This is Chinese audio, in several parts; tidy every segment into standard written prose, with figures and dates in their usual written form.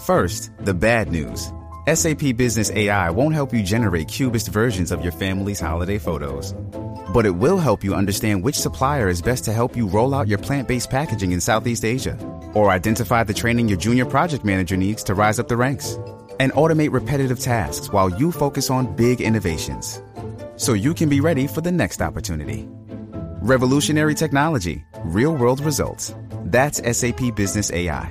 First, the bad news. SAP Business AI won't help you generate cubist versions of your family's holiday photos. But it will help you understand which supplier is best to help you roll out your plant-based packaging in Southeast Asia, or identify the training your junior project manager needs to rise up the ranks, and automate repetitive tasks while you focus on big innovations, so you can be ready for the next opportunity. Revolutionary technology, real-world results. That's SAP Business AI.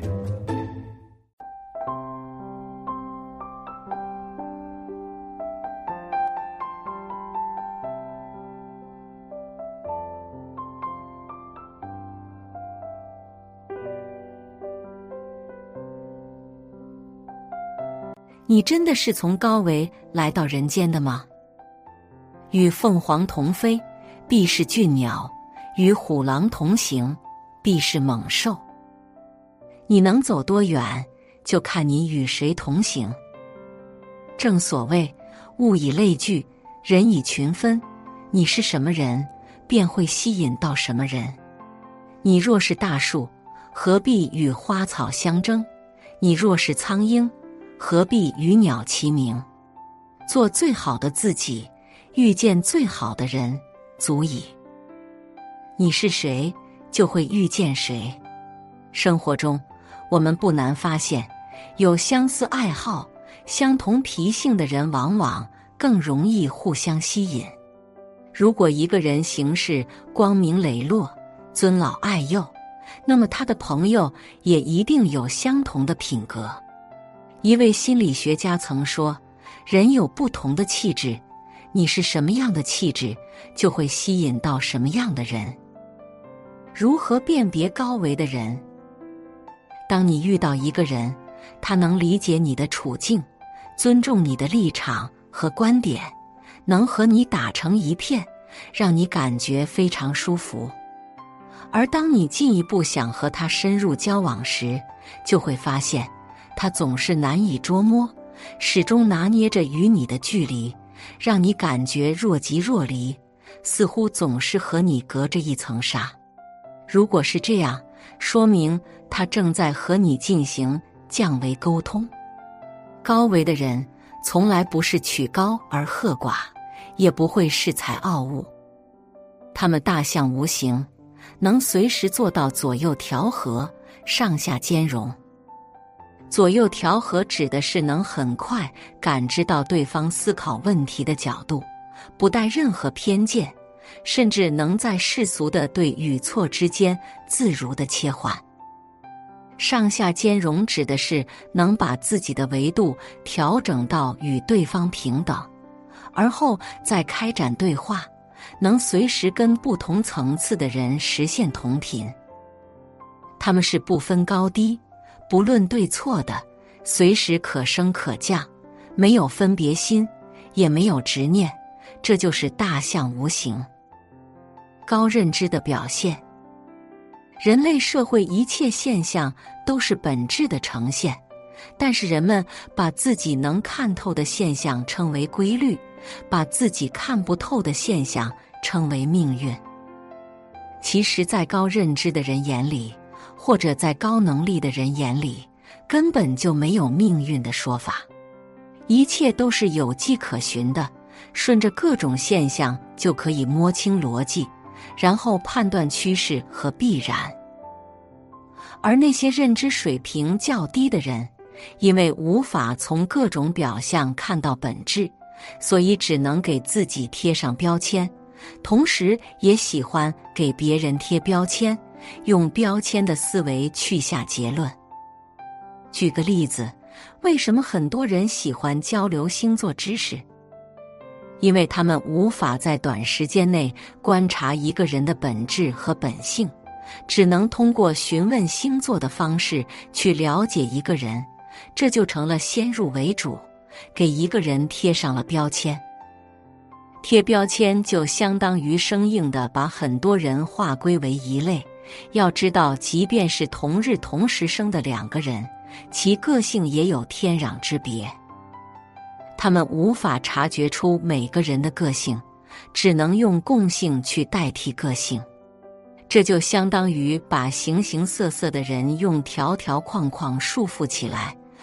你真的是从高维来到人间的吗？与凤凰同飞，必是俊鸟；与虎狼同行，必是猛兽。你能走多远，就看你与谁同行。正所谓物以类聚，人以群分，你是什么人，便会吸引到什么人。你若是大树，何必与花草相争？你若是苍鹰，何必与鸟齐鸣？做最好的自己，遇见最好的人，足矣。你是谁，就会遇见谁。生活中，我们不难发现，有相似爱好、相同脾性的人，往往更容易互相吸引。如果一个人行事光明磊落、尊老爱幼，那么他的朋友也一定有相同的品格。一位心理学家曾说，人有不同的气质，你是什么样的气质，就会吸引到什么样的人。如何辨别高维的人？当你遇到一个人，他能理解你的处境，尊重你的立场和观点，能和你打成一片，让你感觉非常舒服。而当你进一步想和他深入交往时，就会发现他总是难以捉摸，始终拿捏着与你的距离，让你感觉若即若离，似乎总是和你隔着一层纱。如果是这样，说明他正在和你进行降维沟通。高维的人从来不是曲高而和寡，也不会恃才傲物。他们大象无形，能随时做到左右调和，上下兼容。左右调和指的是能很快感知到对方思考问题的角度，不带任何偏见，甚至能在世俗的对与错之间自如地切换。上下兼容指的是能把自己的维度调整到与对方平等，而后再开展对话，能随时跟不同层次的人实现同频。他们是不分高低，不论对错的，随时可升可降，没有分别心，也没有执念，这就是大象无形。高认知的表现。人类社会一切现象都是本质的呈现，但是人们把自己能看透的现象称为规律，把自己看不透的现象称为命运。其实在高认知的人眼里，或者在高能力的人眼里，根本就没有命运的说法。一切都是有迹可循的，顺着各种现象就可以摸清逻辑，然后判断趋势和必然。而那些认知水平较低的人，因为无法从各种表象看到本质，所以只能给自己贴上标签，同时也喜欢给别人贴标签，用标签的思维去下结论。举个例子，为什么很多人喜欢交流星座知识？因为他们无法在短时间内观察一个人的本质和本性，只能通过询问星座的方式去了解一个人，这就成了先入为主，给一个人贴上了标签。贴标签就相当于生硬地把很多人划归为一类。要知道，即便是同日同时生的两个人，其个性也有天壤之别。他们无法察觉出每个人的个性，只能用共性去代替个性。这就相当于把形形色色的人用条条框框束缚起来，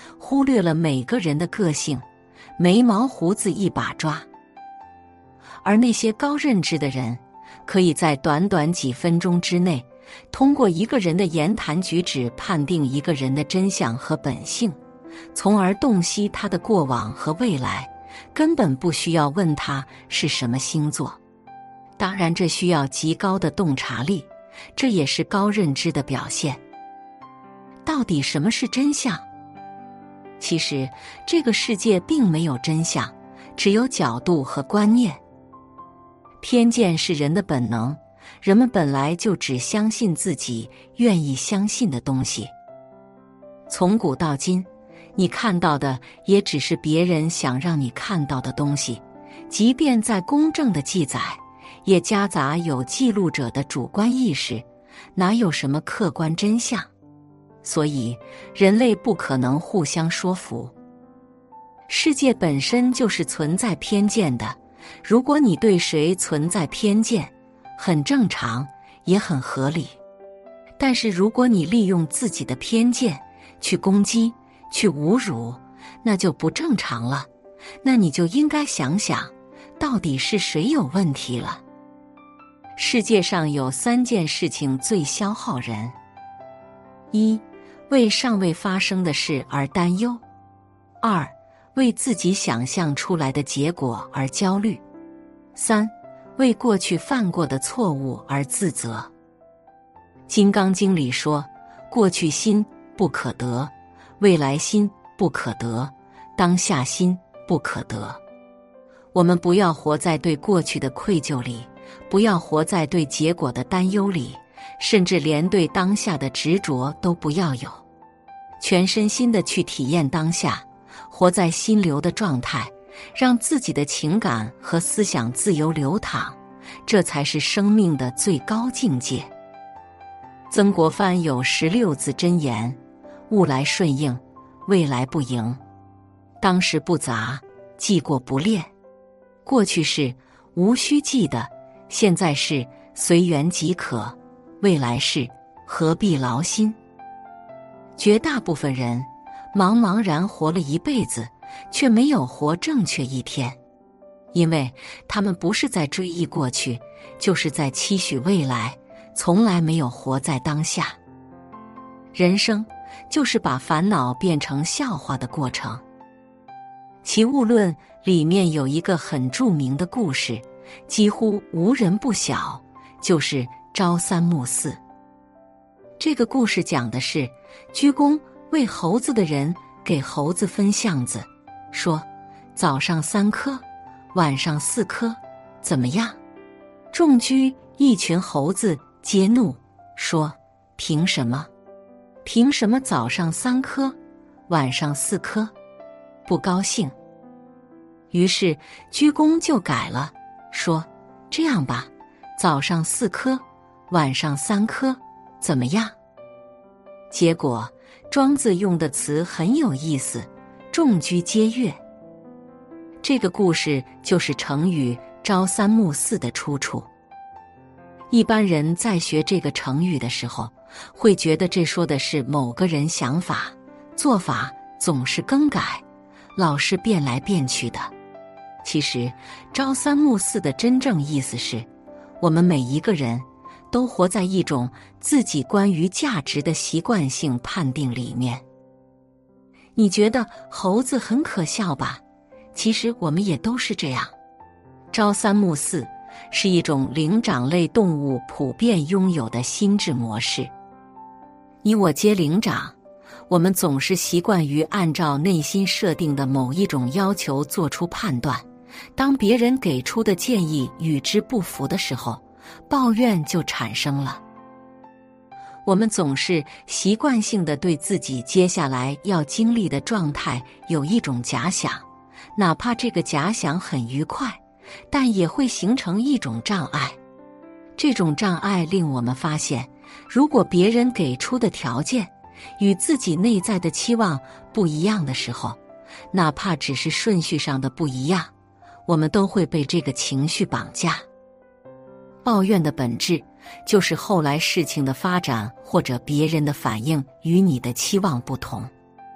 忽略了每个人的个性，眉毛胡子一把抓。而那些高认知的人，可以在短短几分钟之内，通过一个人的言谈举止判定一个人的真相和本性，从而洞悉他的过往和未来，根本不需要问他是什么星座。当然，这需要极高的洞察力，这也是高认知的表现。到底什么是真相？其实，这个世界并没有真相，只有角度和观念。偏见是人的本能，人们本来就只相信自己愿意相信的东西。从古到今，你看到的也只是别人想让你看到的东西，即便再公正的记载，也夹杂有记录者的主观意识，哪有什么客观真相？所以，人类不可能互相说服。世界本身就是存在偏见的，如果你对谁存在偏见，很正常，也很合理。但是如果你利用自己的偏见去攻击、去侮辱，那就不正常了。那你就应该想想，到底是谁有问题了？世界上有3件事情最消耗人：一、为尚未发生的事而担忧；二、为自己想象出来的结果而焦虑；三、为过去犯过的错误而自责。《金刚经》里说，过去心不可得，未来心不可得，当下心不可得。我们不要活在对过去的愧疚里，不要活在对结果的担忧里，甚至连对当下的执着都不要有。全身心地去体验当下，活在心流的状态，让自己的情感和思想自由流淌，这才是生命的最高境界。曾国藩有16字真言：物来顺应，未来不迎；当时不杂，记过不恋。过去事无需记的，现在事随缘即可，未来事何必劳心。绝大部分人茫茫然活了一辈子，却没有活正确一天，因为他们不是在追忆过去，就是在期许未来，从来没有活在当下。人生就是把烦恼变成笑话的过程。《齐物论》里面有一个很著名的故事，几乎无人不晓，就是朝三暮四。这个故事讲的是，鞠躬喂猴子的人给猴子分橡子，说早上3颗，晚上4颗，怎么样？众居一群猴子皆怒，说凭什么？凭什么早上3颗，晚上4颗？不高兴。于是鞠躬就改了，说这样吧，早上4颗，晚上3颗，怎么样？结果庄子用的词很有意思，众居皆悦。这个故事就是成语朝三暮四的出处。一般人在学这个成语的时候，会觉得这说的是某个人想法、做法总是更改，老是变来变去的。其实朝三暮四的真正意思是，我们每一个人都活在一种自己关于价值的习惯性判定里面。你觉得猴子很可笑吧？其实我们也都是这样。朝三暮四是一种灵长类动物普遍拥有的心智模式。你我皆灵长，我们总是习惯于按照内心设定的某一种要求做出判断，当别人给出的建议与之不符的时候，抱怨就产生了。我们总是习惯性地对自己接下来要经历的状态有一种假想，哪怕这个假想很愉快，但也会形成一种障碍。这种障碍令我们发现，如果别人给出的条件与自己内在的期望不一样的时候，哪怕只是顺序上的不一样，我们都会被这个情绪绑架。抱怨的本质就是后来事情的发展或者别人的反应与你的期望不同。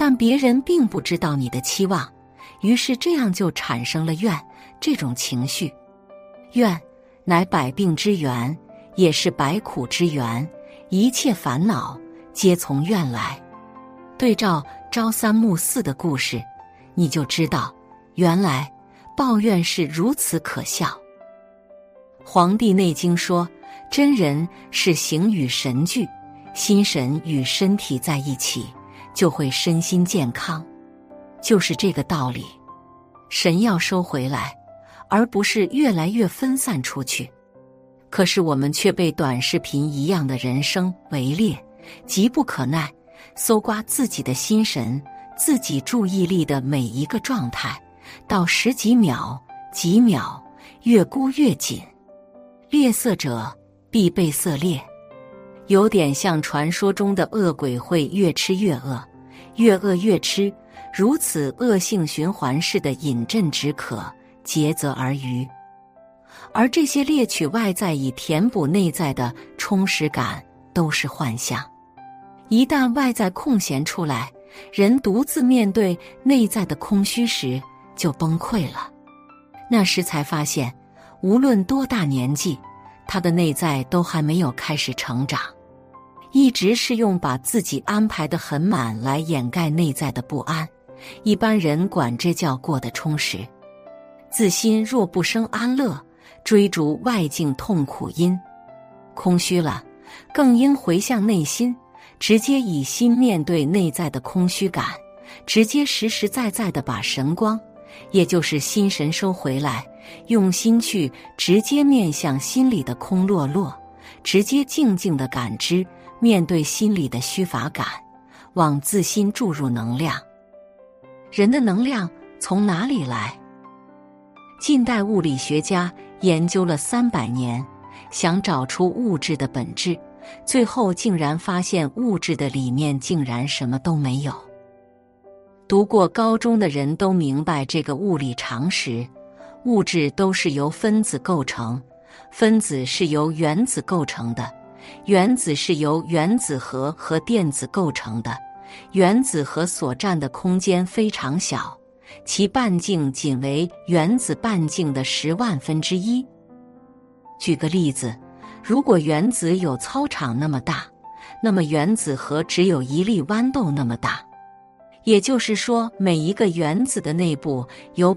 但别人并不知道你的期望，于是这样就产生了怨这种情绪。怨乃百病之源，也是百苦之源，一切烦恼皆从怨来。对照朝三暮四的故事，你就知道原来抱怨是如此可笑。黄帝内经说，真人是形与神俱，心神与身体在一起，就会身心健康，就是这个道理。神要收回来，而不是越来越分散出去。可是我们却被短视频一样的人生围猎，急不可耐，搜刮自己的心神，自己注意力的每一个状态，到十几秒、几秒，越箍越紧。猎色者必被色猎，有点像传说中的恶鬼会越吃越饿，越饿越吃，如此恶性循环式的饮鸩止渴，竭泽而渔。而这些猎取外在以填补内在的充实感，都是幻象。一旦外在空闲出来，人独自面对内在的空虚时，就崩溃了。那时才发现，无论多大年纪，他的内在都还没有开始成长，一直是用把自己安排得很满来掩盖内在的不安。一般人管这叫过得充实。自心若不生安乐，追逐外境痛苦因。空虚了，更应回向内心，直接以心面对内在的空虚感，直接实实在在地把神光，也就是心神收回来，用心去直接面向心里的空落落，直接静静地感知，面对心里的虚乏感，往自心注入能量。人的能量从哪里来？近代物理学家研究了300年，想找出物质的本质，最后竟然发现物质的里面竟然什么都没有。读过高中的人都明白这个物理常识，物质都是由分子构成，分子是由原子构成的，原子是由原子核和电子构成的，原子核所占的空间非常小，其半径仅为原子半径的10万分之一。举个例子，如果原子有操场那么大，那么原子核只有一粒豌豆那么大。也就是说，每一个原子的内部有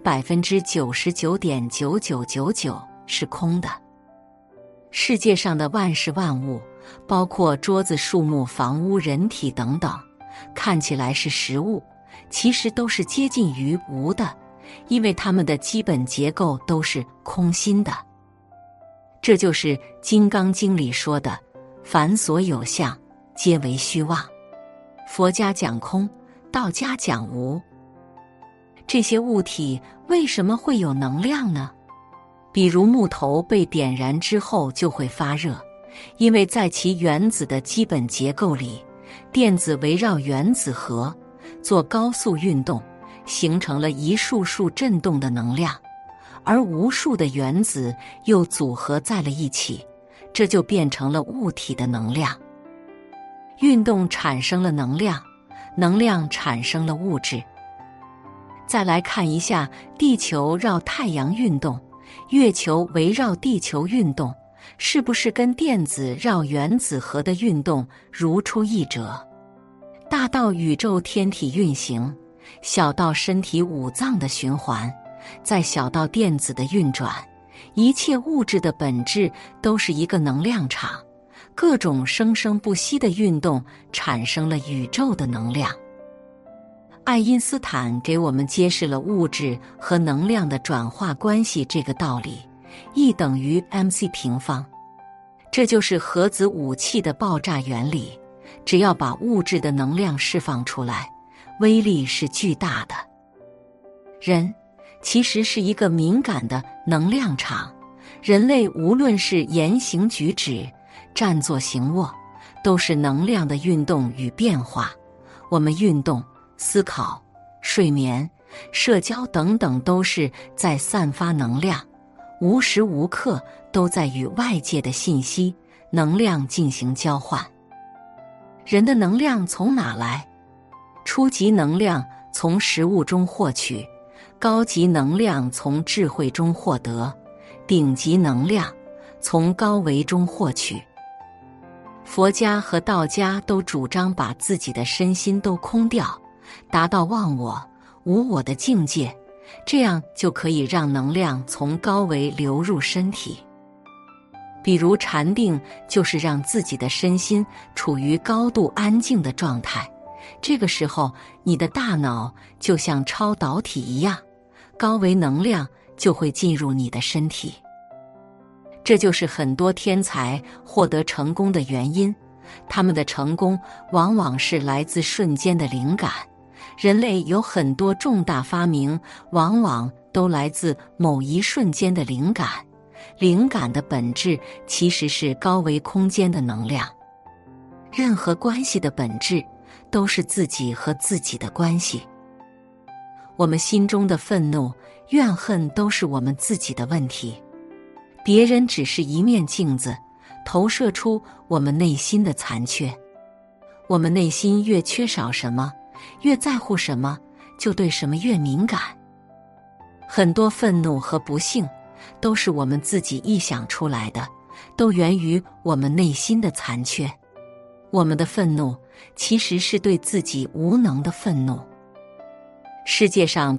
99.9999% 是空的。世界上的万事万物，包括桌子、树木、房屋、人体等等，看起来是实物，其实都是接近于无的，因为它们的基本结构都是空心的。这就是《金刚经》里说的凡所有相，皆为虚妄。佛家讲空，道家讲无。这些物体为什么会有能量呢？比如木头被点燃之后就会发热，因为在其原子的基本结构里，电子围绕原子核做高速运动，形成了一束束振动的能量，而无数的原子又组合在了一起，这就变成了物体的能量。运动产生了能量，能量产生了物质。再来看一下地球绕太阳运动，月球围绕地球运动，是不是跟电子绕原子核的运动如出一辙？大到宇宙天体运行，小到身体五脏的循环，再小到电子的运转，一切物质的本质都是一个能量场，各种生生不息的运动产生了宇宙的能量。爱因斯坦给我们揭示了物质和能量的转化关系这个道理， E 等于 mc 平方。这就是核子武器的爆炸原理，只要把物质的能量释放出来，威力是巨大的。人其实是一个敏感的能量场，人类无论是言行举止、站坐行卧，都是能量的运动与变化。我们运动、思考、睡眠、社交等等都是在散发能量，无时无刻都在与外界的信息、能量进行交换。人的能量从哪来？ 初级能量从食物中获取，高级能量从智慧中获得，顶级能量从高维中获取。佛家和道家都主张把自己的身心都空掉，达到忘我、无我的境界，这样就可以让能量从高维流入身体。比如禅定就是让自己的身心处于高度安静的状态，这个时候你的大脑就像超导体一样，高维能量就会进入你的身体。这就是很多天才获得成功的原因，他们的成功往往是来自瞬间的灵感。人类有很多重大发明，往往都来自某一瞬间的灵感。灵感的本质其实是高维空间的能量。任何关系的本质都是自己和自己的关系。我们心中的愤怒、怨恨都是我们自己的问题。别人只是一面镜子，投射出我们内心的残缺。我们内心越缺少什么，越在乎什么，就对什么越敏感。很多愤怒和不幸都是我们自己臆想出来的，都源于我们内心的残缺。我们的愤怒其实是对自己无能的愤怒。世界上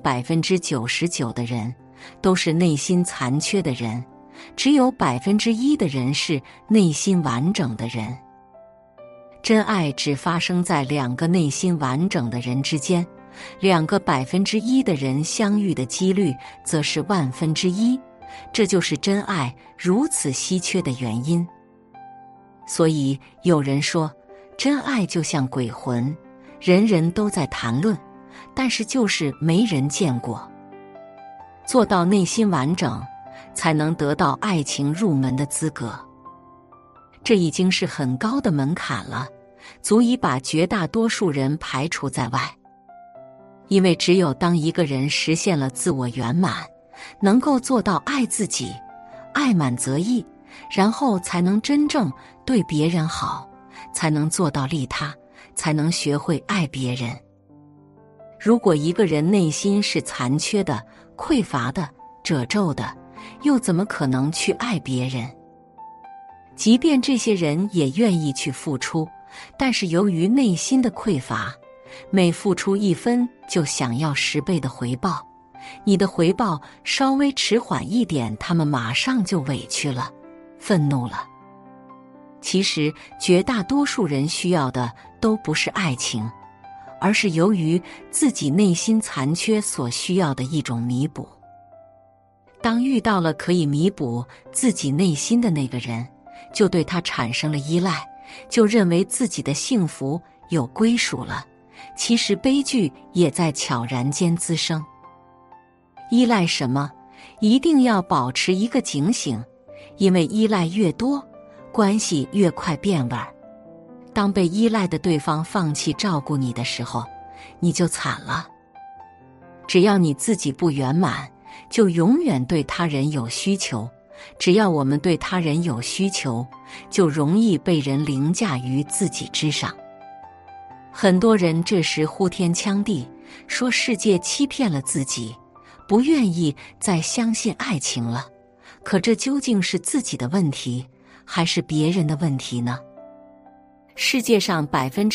99%的人都是内心残缺的人，只有1%的人是内心完整的人。真爱只发生在两个内心完整的人之间，2个1%的人相遇的几率则是1/1000，这就是真爱如此稀缺的原因。所以有人说，真爱就像鬼魂，人人都在谈论，但是就是没人见过。做到内心完整，才能得到爱情入门的资格。这已经是很高的门槛了，足以把绝大多数人排除在外。因为只有当一个人实现了自我圆满，能够做到爱自己，爱满则溢，然后才能真正对别人好，才能做到利他，才能学会爱别人。如果一个人内心是残缺的、匮乏的、褶皱的，又怎么可能去爱别人？即便这些人也愿意去付出，但是由于内心的匮乏，每付出1分就想要10倍的回报。你的回报稍微迟缓一点，他们马上就委屈了，愤怒了。其实绝大多数人需要的都不是爱情，而是由于自己内心残缺所需要的一种弥补。当遇到了可以弥补自己内心的那个人，就对他产生了依赖，就认为自己的幸福有归属了。其实悲剧也在悄然间滋生。依赖什么？一定要保持一个警醒，因为依赖越多，关系越快变味儿。当被依赖的对方放弃照顾你的时候，你就惨了。只要你自己不圆满，就永远对他人有需求。只要我们对他人有需求，就容易被人凌驾于自己之上。很多人这时呼天抢地，说世界欺骗了自己，不愿意再相信爱情了。可这究竟是自己的问题，还是别人的问题呢？世界上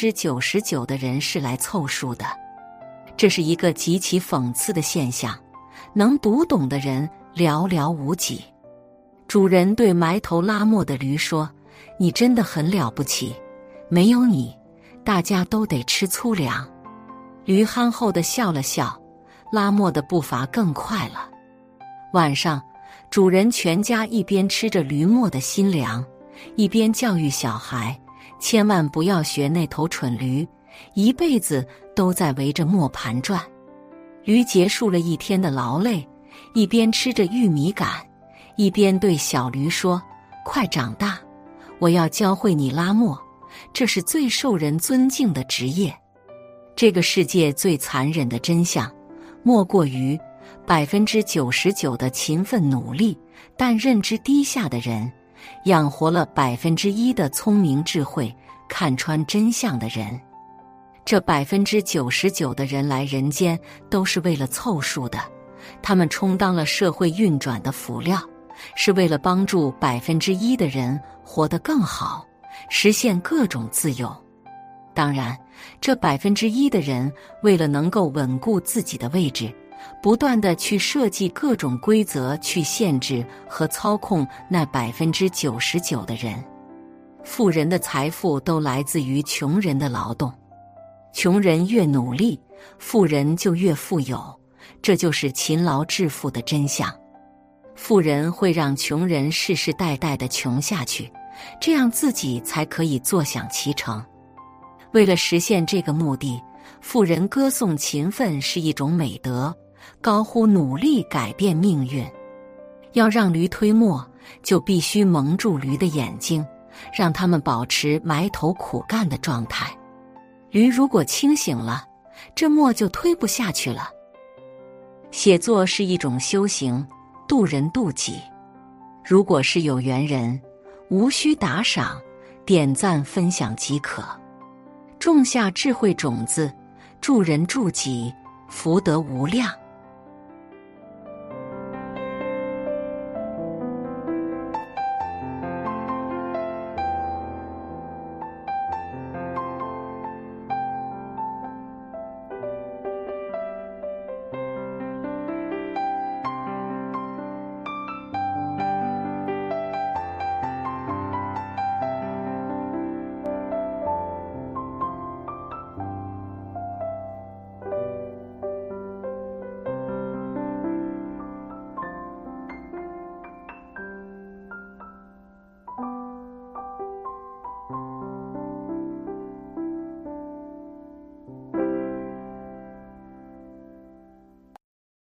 99%的人是来凑数的，这是一个极其讽刺的现象。能读懂的人寥寥无几。主人对埋头拉磨的驴说：“你真的很了不起，没有你，大家都得吃粗粮。”驴憨厚地笑了笑，拉磨的步伐更快了。晚上，主人全家一边吃着驴磨的新粮，一边教育小孩，千万不要学那头蠢驴，一辈子都在围着磨盘转。驴结束了一天的劳累，一边吃着玉米杆，一边对小驴说：“快长大，我要教会你拉磨，这是最受人尊敬的职业。”这个世界最残忍的真相，莫过于99%的勤奋努力但认知低下的人，养活了1%的聪明智慧看穿真相的人。 这99%的人来人间都是为了凑数的，他们充当了社会运转的辅料，是为了帮助1%的人活得更好，实现各种自由。当然，这1%的人为了能够稳固自己的位置，不断地去设计各种规则去限制和操控那99%的人。富人的财富都来自于穷人的劳动，穷人越努力，富人就越富有，这就是勤劳致富的真相。富人会让穷人世世代代地穷下去，这样自己才可以坐享其成。为了实现这个目的，富人歌颂勤奋是一种美德，高呼努力改变命运。要让驴推磨，就必须蒙住驴的眼睛，让他们保持埋头苦干的状态。驴如果清醒了，这磨就推不下去了。写作是一种修行，渡人渡己。如果是有缘人，无需打赏，点赞分享即可。种下智慧种子，助人助己，福德无量。